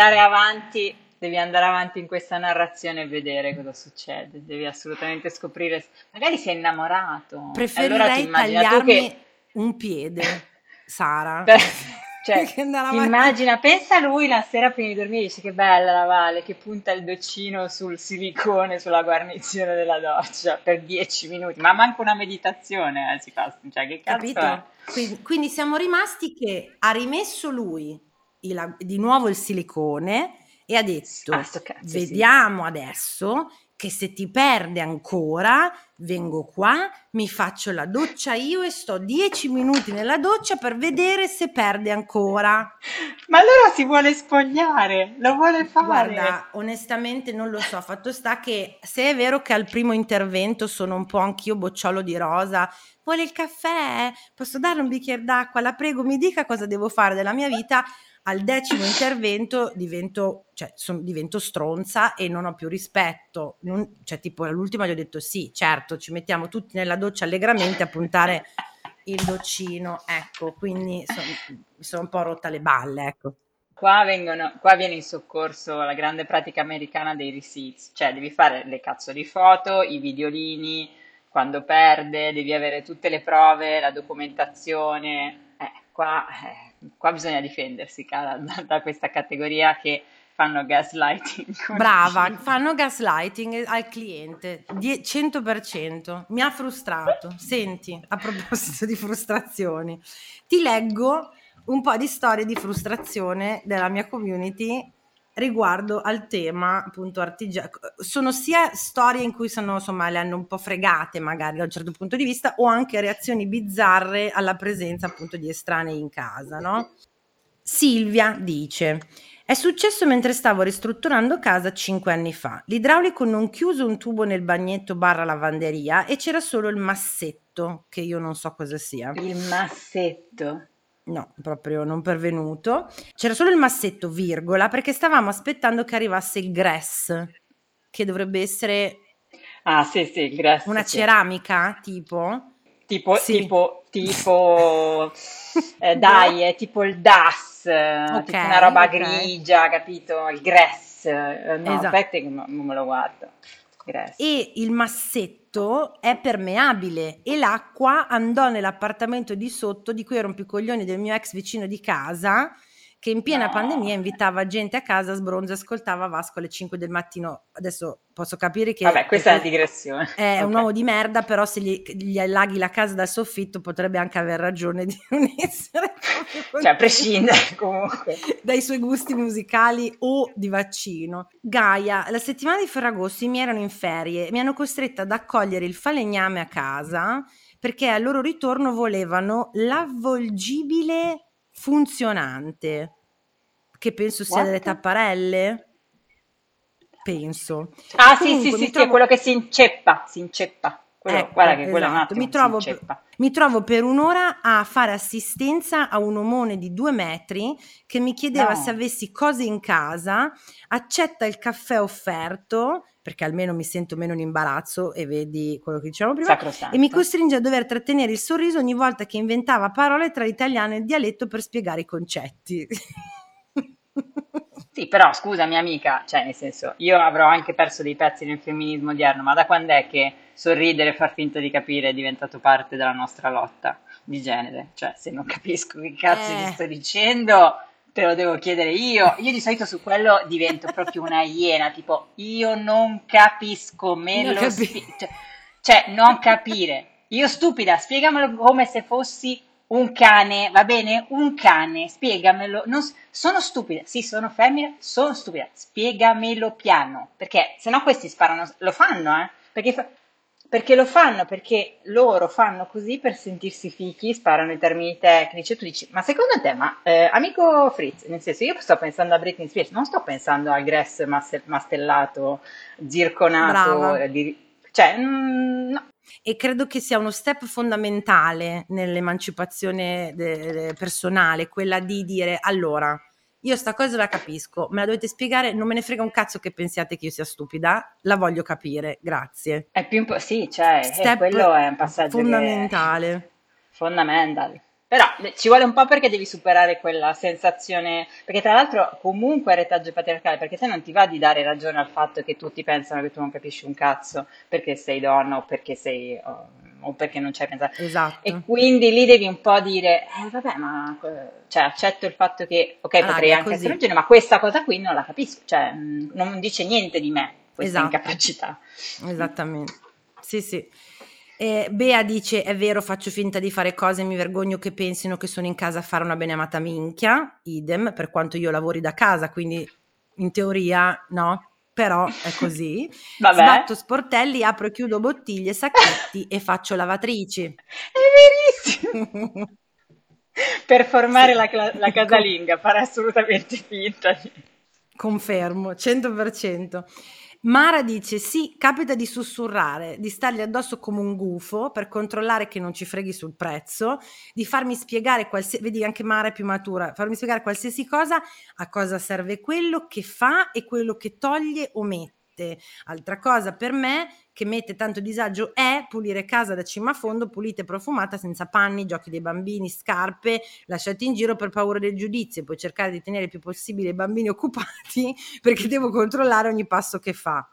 devi andare avanti in questa narrazione e vedere cosa succede. Devi assolutamente scoprire. Magari sei innamorato. E allora ti preferirei immagina tu che. tagliarmi un piede, Sara, Per- Cioè, che andare ti avanti. immagina, pensa a lui la sera prima di dormire, dice che bella la Vale, che punta il doccino sul silicone, sulla guarnizione della doccia per 10 minuti, ma manca una meditazione, si fa, cioè che cazzo è? Capito? Quindi siamo rimasti che ha rimesso lui di nuovo il silicone e ha Ah, detto, sto cazzo, sì. vediamo adesso che se ti perde ancora, vengo qua, mi faccio la doccia io e sto 10 minuti nella doccia per vedere se perde ancora. Ma allora si vuole spogliare, lo vuole fare. Guarda, onestamente non lo so, fatto sta che se è vero che al primo intervento sono un po' anch'io bocciolo di rosa, vuole il caffè? Posso darle un bicchiere d'acqua? La prego, mi dica cosa devo fare della mia vita. Al 10° intervento divento stronza e non ho più rispetto. Cioè, tipo, all'ultima gli ho detto sì, certo, ci mettiamo tutti nella doccia allegramente a puntare il doccino, ecco, quindi mi sono un po' rotta le balle, ecco. Qua viene in soccorso la grande pratica americana dei receipts, cioè devi fare le cazzo di foto, i videolini, quando perde, devi avere tutte le prove, la documentazione. Qua bisogna difendersi, cara, da questa categoria che fanno gaslighting Brava, continuo. fanno gaslighting al cliente, 100%. Mi ha frustrato. Senti, a proposito di frustrazioni, ti leggo un po' di storie di frustrazione della mia community riguardo al tema appunto artigiano. Sono sia storie in cui sono, insomma, le hanno un po' fregate magari da un certo punto di vista, o anche reazioni bizzarre alla presenza appunto di estranei in casa, no? Silvia dice: è successo mentre stavo ristrutturando casa 5 anni fa. L'idraulico non chiuse un tubo nel bagnetto barra lavanderia e c'era solo il massetto, che io non so cosa sia. Il massetto. No, proprio non pervenuto. C'era solo il massetto, virgola, perché stavamo aspettando che arrivasse il gress, che dovrebbe essere Ah, sì, sì, il grass, una sì. ceramica, tipo. Tipo, Sì. tipo, Boh. dai, è tipo il DAS, Ok, tipo una roba ok. grigia, capito? Il Gress, no, Esatto. aspetta che non me lo guardo. Gress. E il massetto è permeabile e l'acqua andò nell'appartamento di sotto, di cui ero un coglioni del mio ex vicino di casa, che in piena No. pandemia invitava gente a casa a sbronzo e ascoltava Vasco alle 5 del mattino. Adesso posso capire che Vabbè, questa è una digressione. è un Ok. uomo di merda, però se gli allaghi la casa dal soffitto potrebbe anche aver ragione di non essere proprio Cioè, a contento prescindere comunque. dai suoi gusti musicali o di vaccino. Gaia, la settimana di Ferragosto i miei erano in ferie e mi hanno costretta ad accogliere il falegname a casa perché al loro ritorno volevano l'avvolgibile funzionante, che penso sia What? delle tapparelle. Penso. Ah, sì, Comunque sì, mi sì, trovo... è quello che si inceppa, si inceppa. Guarda che quello è un esatto. attimo, si inceppa. Mi trovo per un'ora a fare assistenza a un omone di 2 metri che mi chiedeva No. se avessi cose in casa, accetta il caffè offerto, perché almeno mi sento meno in imbarazzo e vedi quello che dicevamo prima, Sacrosanto. e mi costringe a dover trattenere il sorriso ogni volta che inventava parole tra l'italiano e il dialetto per spiegare i concetti. Sì, però scusami amica, cioè nel senso, io avrò anche perso dei pezzi nel femminismo odierno, ma da quando è che sorridere e far finta di capire è diventato parte della nostra lotta? di genere. Cioè, se non capisco che cazzo ti Eh, sto dicendo, te lo devo chiedere io. Io di solito su quello divento proprio una iena, tipo, io non capisco, me non lo capi- cioè, non capire. Io stupida, spiegamelo come se fossi un cane, va bene? Un cane, spiegamelo. Sono stupida, sì, sono femmina, sono stupida, spiegamelo piano, perché sennò questi sparano, lo fanno, perché lo fanno, perché loro fanno così per sentirsi fichi, sparano i termini tecnici, e tu dici, ma secondo te, amico Fritz, nel senso, io sto pensando a Britney Spears, non sto pensando al Gress mastellato, zirconato, Brava. cioè, no. E credo che sia uno step fondamentale nell'emancipazione personale, quella di dire allora, io sta cosa la capisco, me la dovete spiegare, non me ne frega un cazzo che pensiate che io sia stupida, la voglio capire, grazie. È più sì, cioè, quello Step è un passaggio che è fondamentale. fondamentale. Però ci vuole un po' perché devi superare quella sensazione, perché tra l'altro comunque è retaggio patriarcale, perché te non ti va di dare ragione al fatto che tutti pensano che tu non capisci un cazzo perché sei donna o perché non ci hai pensato. E Esatto. quindi lì devi un po' dire, vabbè, ma cioè, accetto il fatto che, ok, potrei Raga, è anche essere un così. genio, ma questa cosa qui non la capisco, cioè, non dice niente di me, questa Esatto. incapacità. Esattamente. Sì, sì. Bea dice: è vero, faccio finta di fare cose, mi vergogno che pensino che sono in casa a fare una beneamata minchia. Idem, per quanto io lavori da casa, quindi in teoria no, però è così. Vabbè, Sbatto sportelli, apro e chiudo bottiglie, sacchetti e faccio lavatrici. è verissimo. Per formare Sì. la casalinga, fare assolutamente finta. Confermo, 100%. Mara dice: sì, capita di sussurrare, di stargli addosso come un gufo per controllare che non ci freghi sul prezzo, di farmi spiegare vedi anche Mara è più matura, farmi spiegare qualsiasi cosa, a cosa serve quello che fa e quello che toglie o mette. Altra cosa per me che mette tanto disagio è pulire casa da cima a fondo, pulita e profumata, senza panni, giochi dei bambini, scarpe lasciati in giro per paura del giudizio, e poi cercare di tenere il più possibile i bambini occupati perché devo controllare ogni passo che fa.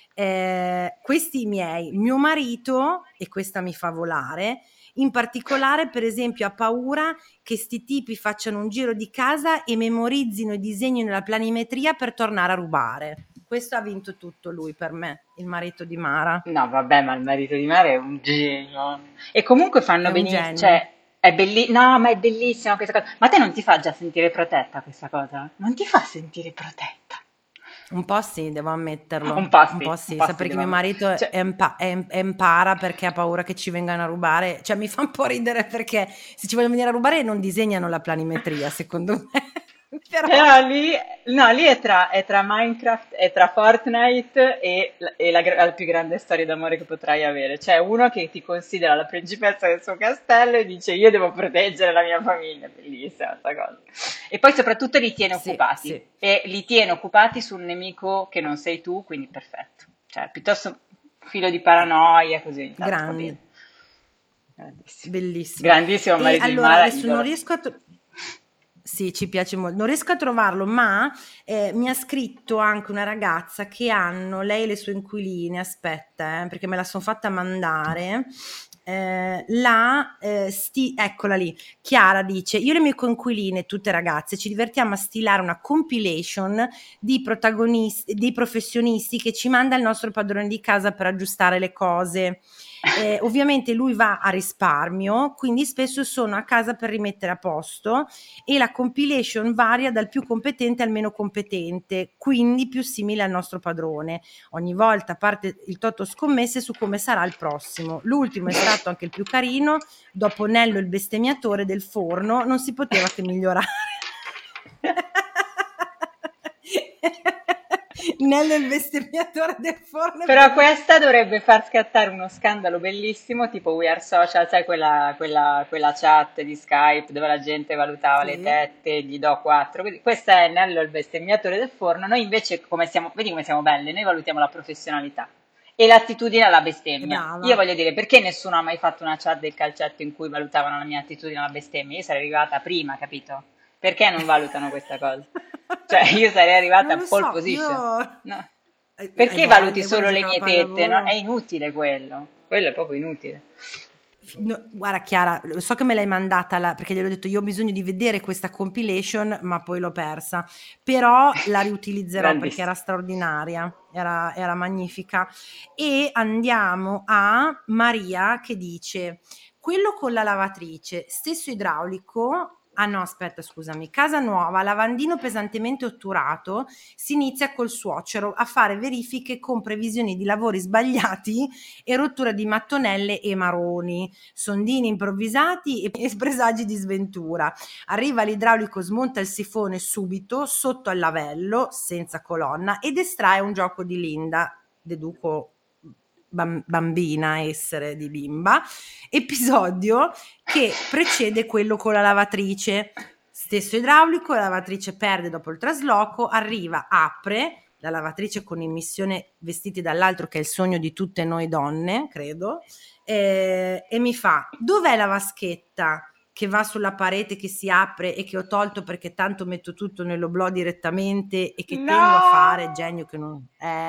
Questi miei, mio marito, e questa mi fa volare, in particolare per esempio ha paura che sti tipi facciano un giro di casa e memorizzino i disegni nella planimetria per tornare a rubare. Questo ha vinto tutto lui per me, il marito di Mara. No, vabbè, ma il marito di Mare è un genio. E comunque fanno È un benissimo, genio. cioè, è bellissimo, no, ma è bellissima questa cosa. Ma te non ti fa già sentire protetta questa cosa? Non ti fa sentire protetta? Un po' sì, devo ammetterlo. Un po' Un sì, po' un sì. po' sì, Sapere che mio marito cioè, impara perché ha paura che ci vengano a rubare. Cioè, mi fa un po' ridere perché se ci vogliono venire a rubare non disegnano la planimetria, secondo me. Però Però lì, no, lì è tra Minecraft, è tra Fortnite e la più grande storia d'amore che potrai avere. C'è uno che ti considera la principessa del suo castello e dice io devo proteggere la mia famiglia, bellissima questa cosa. E poi soprattutto li tiene sì, occupati, sì. e li tiene occupati sul nemico che non sei tu, quindi perfetto. Cioè, piuttosto filo di paranoia, così ogni tanto va bene. Grandi, Grandissimo. bellissimo. Grandissimo E marito di allora Mara, adesso non idolo. riesco a... Sì, ci piace molto. Non riesco a trovarlo, ma mi ha scritto anche una ragazza che hanno, lei e le sue inquiline, aspetta, perché me la sono fatta mandare. Eccola lì. Chiara dice: io e le mie coinquiline, tutte ragazze, ci divertiamo a stilare una compilation di protagonisti, di professionisti che ci manda il nostro padrone di casa per aggiustare le cose. Ovviamente lui va a risparmio, quindi spesso sono a casa per rimettere a posto e la compilation varia dal più competente al meno competente, quindi più simile al nostro padrone. Ogni volta parte il toto scommesse su come sarà il prossimo. L'ultimo è stato anche il più carino, dopo Nello il bestemmiatore del forno, non si poteva che migliorare. Nello il bestemmiatore del forno. Però questa dovrebbe far scattare uno scandalo bellissimo, tipo We Are Social, sai quella chat di Skype dove la gente valutava le Sì. tette, gli do 4. Questo è Nello il bestemmiatore del forno. Noi invece, vedi come siamo belle, noi valutiamo la professionalità e l'attitudine alla bestemmia. Brava. Io voglio dire, perché nessuno ha mai fatto una chat del calcetto in cui valutavano la mia attitudine alla bestemmia? Io sarei arrivata prima, capito? Perché non valutano questa cosa? Cioè, io sarei arrivata Non a lo pole so, position. io... No. Hai Perché voglia, valuti guarda, solo le giocavo a mie tette? No? È pallavolo. inutile quello. Quello è proprio inutile. No, guarda Chiara, so che me l'hai mandata perché gliel'ho detto io ho bisogno di vedere questa compilation, ma poi l'ho persa. Però la riutilizzerò perché era Grandissimo. straordinaria, era magnifica. E andiamo a Maria che dice: quello con la lavatrice, stesso idraulico. Ah no, aspetta, scusami. Casa nuova, lavandino pesantemente otturato. Si inizia col suocero a fare verifiche con previsioni di lavori sbagliati e rottura di mattonelle e maroni, sondini improvvisati e presagi di sventura. Arriva l'idraulico, smonta il sifone subito sotto al lavello, senza colonna, ed estrae un gioco di Linda, deduco bambina essere di bimba, episodio che precede quello con la lavatrice. Stesso idraulico, la lavatrice perde dopo il trasloco, arriva, apre, la lavatrice con immissione vestiti dall'altro, che è il sogno di tutte noi donne, credo, e mi fa: dov'è la vaschetta che va sulla parete, che si apre e che ho tolto perché tanto metto tutto nell'oblò direttamente e che tengo a fare, genio che non...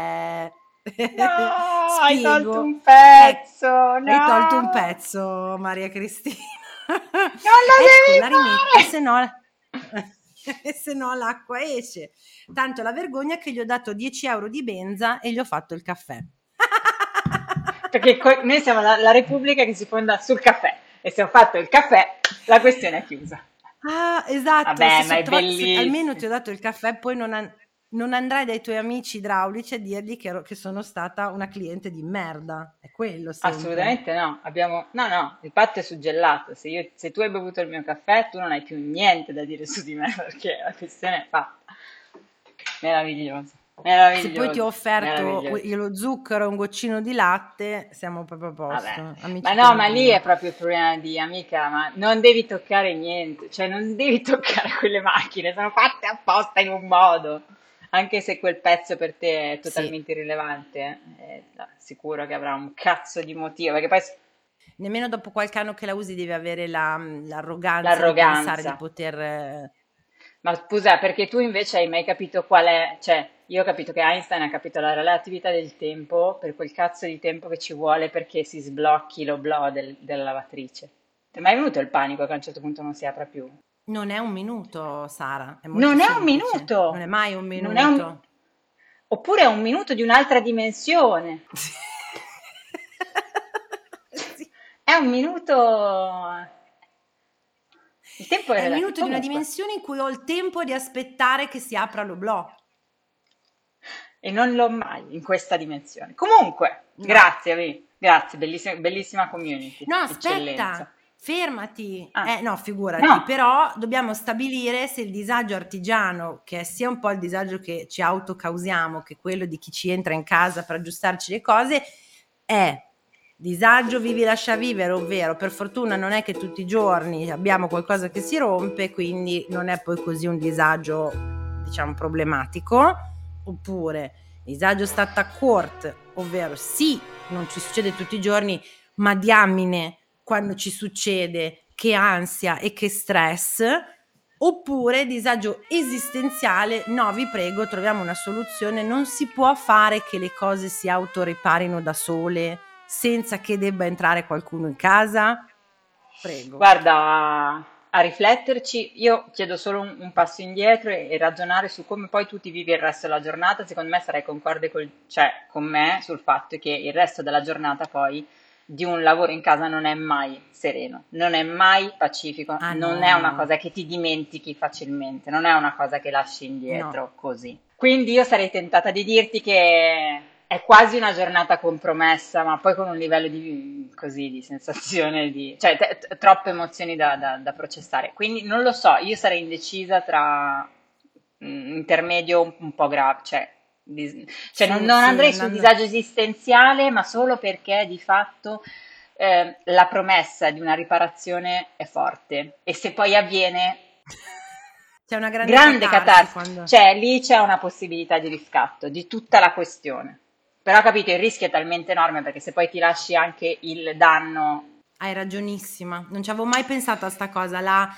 No, hai tolto Spiego. un pezzo, no. Hai tolto un pezzo, Maria Cristina. Non lo devi la rimetto, fare! se no l'acqua esce. Tanto la vergogna che gli ho dato 10 euro di benza e gli ho fatto il caffè. Perché noi siamo la Repubblica che si fonda sul caffè e se ho fatto il caffè la questione è chiusa. Ah, esatto. Vabbè, se ma è se bellissimo. almeno ti ho dato il caffè, poi non andrai dai tuoi amici idraulici a dirgli che sono stata una cliente di merda. È quello sempre. Assolutamente no, no, il patto è suggellato. Se tu hai bevuto il mio caffè, tu non hai più niente da dire su di me perché la questione è fatta. Meraviglioso, meraviglioso. Se poi ti ho offerto meraviglioso. lo zucchero e un goccino di latte, siamo proprio a posto. Vabbè. Amici Ma no, come ma lì prima. è proprio il problema di amica, ma non devi toccare niente, cioè non devi toccare quelle macchine, sono fatte apposta in un modo, anche se quel pezzo per te è Sì. totalmente irrilevante, sicuro che avrà un cazzo di motivo, perché poi Nemmeno dopo qualche anno che la usi devi avere l'arroganza di pensare di poter... Ma scusa, perché tu invece hai mai capito qual è, cioè io ho capito che Einstein ha capito la relatività del tempo per quel cazzo di tempo che ci vuole perché si sblocchi l'oblò della lavatrice. Ti è mai venuto il panico che a un certo punto non si apra più? Non è un minuto, Sara, è molto Non è un semplice. Non è minuto! mai un Non è un... minuto. Oppure è un minuto di un'altra dimensione. Sì. È un minuto... Il tempo È il relativo. minuto di una Comunque. dimensione in cui ho il tempo di aspettare che si apra l'oblò. E non l'ho mai in questa dimensione. Comunque, No. grazie, grazie, bellissima community. No, Eccellenza. aspetta, fermati. Ah. No, figurati, No. però dobbiamo stabilire se il disagio artigiano, che è sia un po' il disagio che ci autocausiamo, che quello di chi ci entra in casa per aggiustarci le cose, è disagio vivi lascia vivere, ovvero per fortuna non è che tutti i giorni abbiamo qualcosa che si rompe, quindi non è poi così un disagio, diciamo, problematico, oppure disagio stata a court, ovvero sì, non ci succede tutti i giorni, ma diamine quando ci succede, che ansia e che stress, oppure disagio esistenziale, no vi prego troviamo una soluzione, non si può fare che le cose si autoriparino da sole senza che debba entrare qualcuno in casa, prego. Guarda, a rifletterci, io chiedo solo un passo indietro e ragionare su come poi tu ti vivi il resto della giornata. Secondo me sarai concorde con me sul fatto che il resto della giornata poi di un lavoro in casa non è mai sereno, non è mai pacifico, non no. è una cosa che ti dimentichi facilmente, non è una cosa che lasci indietro così. Quindi io sarei tentata di dirti che è quasi una giornata compromessa, ma poi con un livello di sensazione, cioè troppe emozioni da processare. Quindi non lo so, io sarei indecisa tra intermedio un po' grave, cioè non andrei sul disagio esistenziale, ma solo perché di fatto la promessa di una riparazione è forte e se poi avviene c'è una grande catarsi. Quando... Cioè lì c'è una possibilità di riscatto di tutta la questione. Però capito, il rischio è talmente enorme perché se poi ti lasci anche il danno... Hai ragionissima, non ci avevo mai pensato a sta cosa, la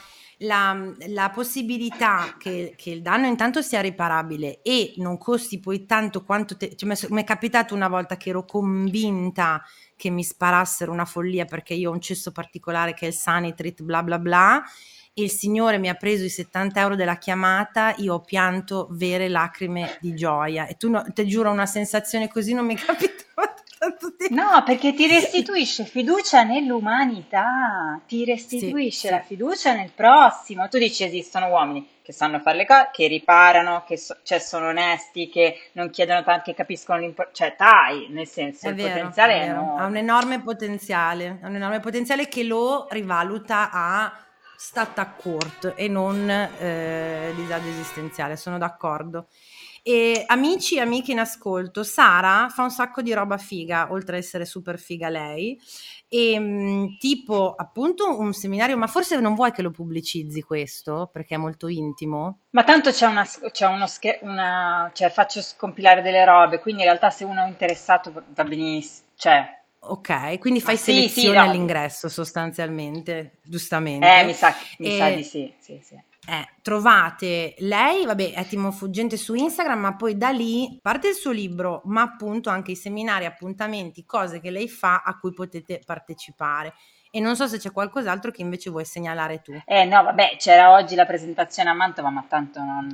la possibilità che il danno intanto sia riparabile e non costi poi tanto quanto mi è capitato una volta che ero convinta che mi sparassero una follia perché io ho un cesso particolare che è il Sanitrit bla bla bla, e il signore mi ha preso i 70 euro della chiamata, io ho pianto vere lacrime di gioia, e ti giuro, una sensazione così non mi capitava tanto tempo. No, perché ti restituisce fiducia nell'umanità, ti restituisce la fiducia nel prossimo. Tu dici esistono uomini che sanno fare le cose, che riparano, che sono onesti, che non chiedono tanto, che capiscono l'importanza. Cioè, dai, nel senso, il potenziale è ha un enorme potenziale che lo rivaluta a stat a court e non disagio esistenziale, sono d'accordo. E amici e amiche in ascolto, Sara fa un sacco di roba figa, oltre ad essere super figa lei, e tipo appunto un seminario, ma forse non vuoi che lo pubblicizzi questo perché è molto intimo? Ma tanto c'è cioè faccio scompilare delle robe, quindi in realtà se uno è interessato va benissimo, cioè. Ok, quindi fai Sì, selezione no. all'ingresso sostanzialmente, giustamente. Mi sa di sì. Trovate lei, vabbè, è Timo Fuggente su Instagram, ma poi da lì parte il suo libro, ma appunto anche i seminari, appuntamenti, cose che lei fa a cui potete partecipare. E non so se c'è qualcos'altro che invece vuoi segnalare tu. No, vabbè, c'era oggi la presentazione a Mantova, ma tanto non.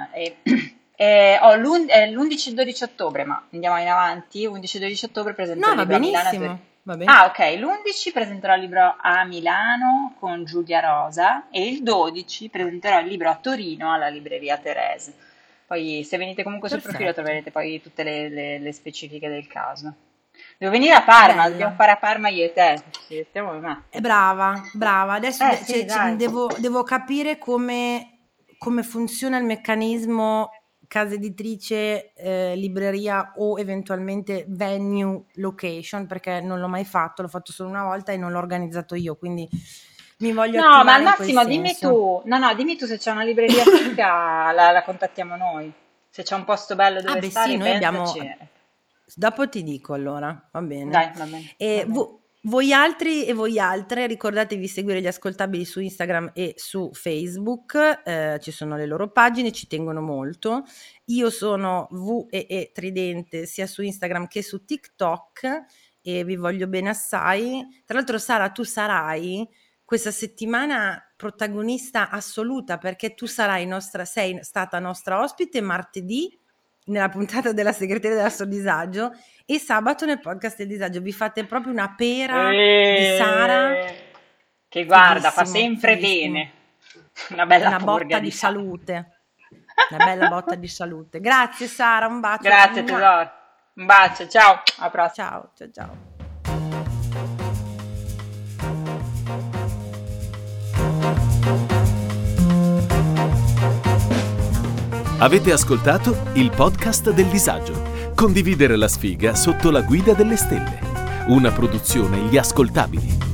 L'11 e 12 ottobre, ma andiamo in avanti. 11 e 12 ottobre presenterò il libro a Milano. Va bene. Ah, ok, l'11 presenterò il libro a Milano con Giulia Rosa e il 12 presenterò il libro a Torino alla libreria Therese. Poi se venite comunque sul profilo troverete poi tutte le specifiche del caso. Devo venire a Parma, dobbiamo fare a Parma io e te. Brava. Adesso devo capire come funziona il meccanismo casa editrice, libreria o eventualmente venue location, perché non l'ho mai fatto, l'ho fatto solo una volta e non l'ho organizzato io, quindi mi voglio attivare. No, ma al massimo dimmi tu se c'è una libreria figa la contattiamo noi, se c'è un posto bello dove stare. Sì, noi abbiamo. Dopo ti dico, allora, va bene. Dai, va bene. E voi altri e voi altre, ricordatevi di seguire gli ascoltabili su Instagram e su Facebook, ci sono le loro pagine, ci tengono molto. Io sono VEE Tridente sia su Instagram che su TikTok e vi voglio bene assai. Tra l'altro, Sara, tu sarai questa settimana protagonista assoluta, perché tu sei stata nostra ospite martedì nella puntata della Segreteria dell'Asso Disagio e sabato nel podcast del Disagio. Vi fate proprio una pera di Sara che guarda, fa sempre bene, una bella botta di salute, una bella botta di salute. Grazie Sara, un bacio. Grazie tesoro, un bacio, ciao, alla prossima. Ciao. Avete ascoltato il podcast del Disagio. Condividere la sfiga sotto la guida delle stelle. Una produzione Gli Ascoltabili.